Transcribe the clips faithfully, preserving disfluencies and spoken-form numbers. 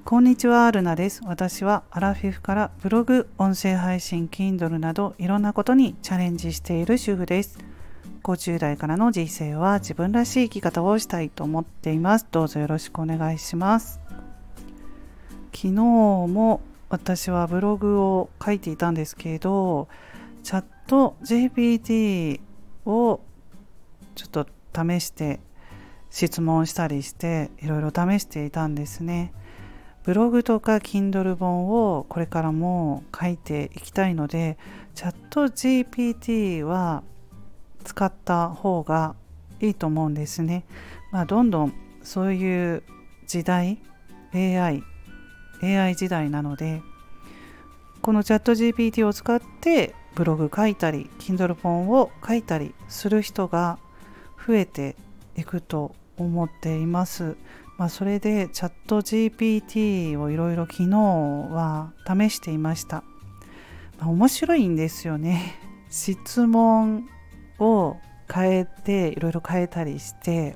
こんにちは、ルナです。私はアラフィフからブログ、音声配信、Kindle などいろんなことにチャレンジしている主婦です。ごじゅう代からの人生は自分らしい生き方をしたいと思っています。どうぞよろしくお願いします。昨日も私はブログを書いていたんですけど、チャット ジェーピーティー をちょっと試して質問したりしていろいろ試していたんですね。ブログとか Kindle 本をこれからも書いていきたいので、チャット ジーピーティー は使った方がいいと思うんですね。まあ、どんどんそういう時代、エーアイ、エーアイ 時代なので、このチャット ジーピーティー を使ってブログ書いたり、Kindle 本を書いたりする人が増えていくと思っています。まあ、それでチャット ジーピーティー をいろいろ昨日は試していました。まあ、面白いんですよね。質問を変えていろいろ変えたりして、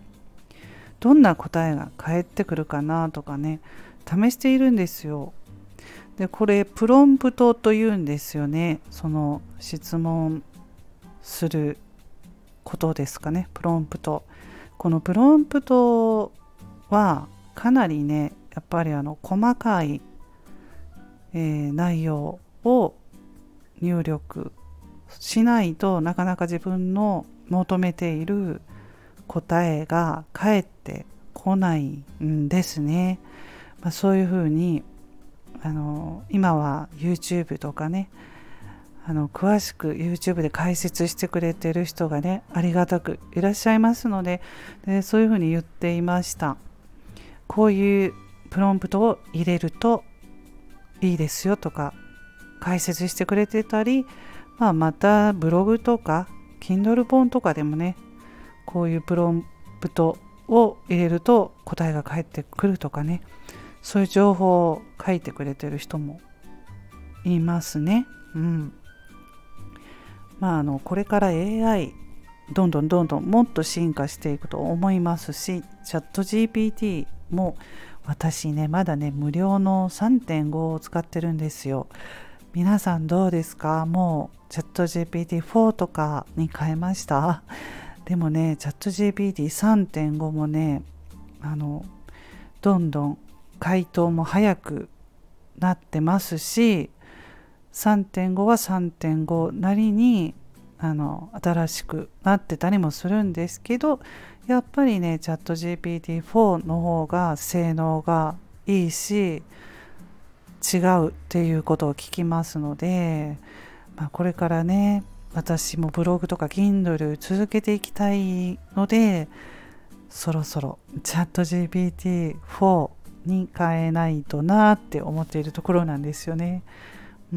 どんな答えが返ってくるかなとかね、試しているんですよ。で、これプロンプトというんですよね。その質問することですかね。プロンプト。このプロンプトはかなりね、やっぱりあの細かい、えー内容を入力しないとなかなか自分の求めている答えが返ってこないんですね。まあ、そういうふうにあの今は YouTube とかね、あの詳しく YouTube で解説してくれてる人がね、ありがたくいらっしゃいますので、でそういうふうに言っていました。こういうプロンプトを入れるといいですよとか解説してくれてたり、まあ、またブログとか Kindle 本とかでもね、こういうプロンプトを入れると答えが返ってくるとかね、そういう情報を書いてくれてる人もいますね。うん。まあ、あのこれから エーアイ どんどんどんどんもっと進化していくと思いますし、チャット ジーピーティー も私ね、まだね無料の さんてんご を使ってるんですよ。皆さんどうですか？もうチャット ジーピーティーフォー とかに変えました？でもね、チャット ジーピーティーさんてんご もね、あのどんどん回答も早くなってますし、さんてんご は さんてんご なりにあの新しくなってたりもするんですけど、やっぱりねチャット ジーピーティーフォー の方が性能がいいし違うっていうことを聞きますので、まあ、これからね私もブログとか Kindle 続けていきたいので、そろそろチャット ジーピーティーフォー に変えないとなって思っているところなんですよね。うん。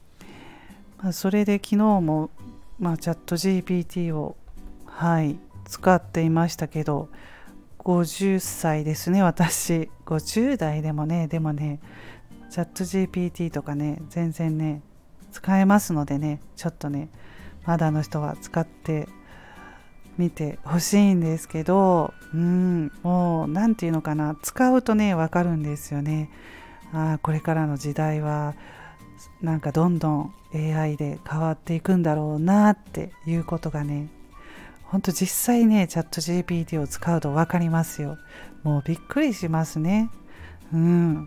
まあ、それで昨日も、まあ、チャット ジーピーティー を、はい、使っていましたけど、ごじゅっさいですね、私。ごじゅう代でもね、でもね、チャット ジーピーティー とかね、全然ね、使えますのでね、ちょっとね、まだの人は使ってみてほしいんですけど、うん、もう、なんていうのかな、使うとね、わかるんですよね。ああ、これからの時代は、なんかどんどん エーアイ で変わっていくんだろうなっていうことがね、ほんと実際ね、チャット ジーピーティー を使うと分かりますよ。もうびっくりしますね。うん。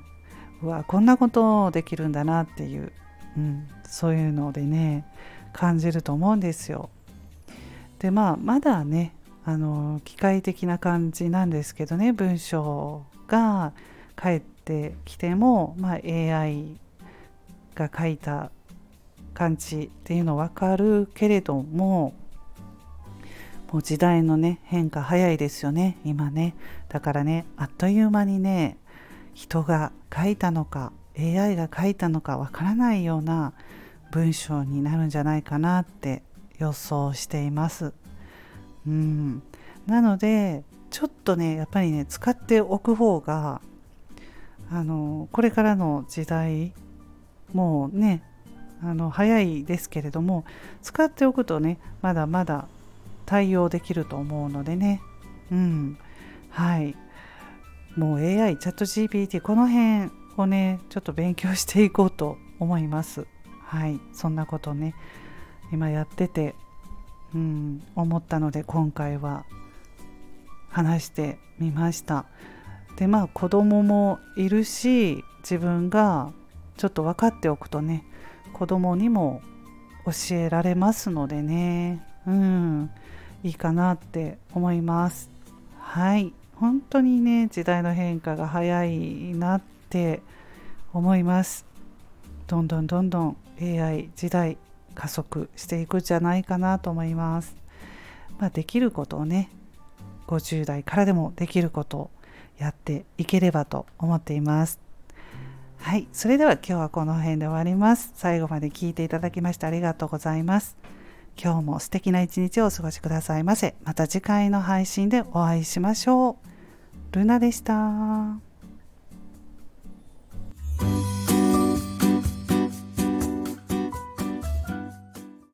うわ、こんなことできるんだなっていう、うん、そういうのでね、感じると思うんですよ。で、まあ、まだね、あの、機械的な感じなんですけどね、文章が返ってきても、まあ、エーアイ が書いた感じっていうの分かるけれども、もう時代のね変化早いですよね今ね。だからね、あっという間にね、人が書いたのか エーアイ が書いたのか分からないような文章になるんじゃないかなって予想しています。うん。なのでちょっとねやっぱりね使っておく方が、あのこれからの時代もうね、あの早いですけれども、使っておくとねまだまだ対応できると思うのでね。うん。はい。もう エーアイ、チャット ジーピーティー この辺をねちょっと勉強していこうと思います。はい、そんなことね今やってて、うん、思ったので今回は話してみました。でまあ子供もいるし自分がちょっと分かっておくとね子供にも教えられますのでね、うん、いいかなって思います。はい、本当にね時代の変化が早いなって思います。どんどんどんどん エーアイ 時代加速していくんじゃないかなと思います。まあ、できることをねごじゅう代からでもできることをやっていければと思っています。はい、それでは今日はこの辺で終わります。最後まで聞いていただきましてありがとうございます。今日も素敵な一日をお過ごしくださいませ。また次回の配信でお会いしましょう。ルナでした。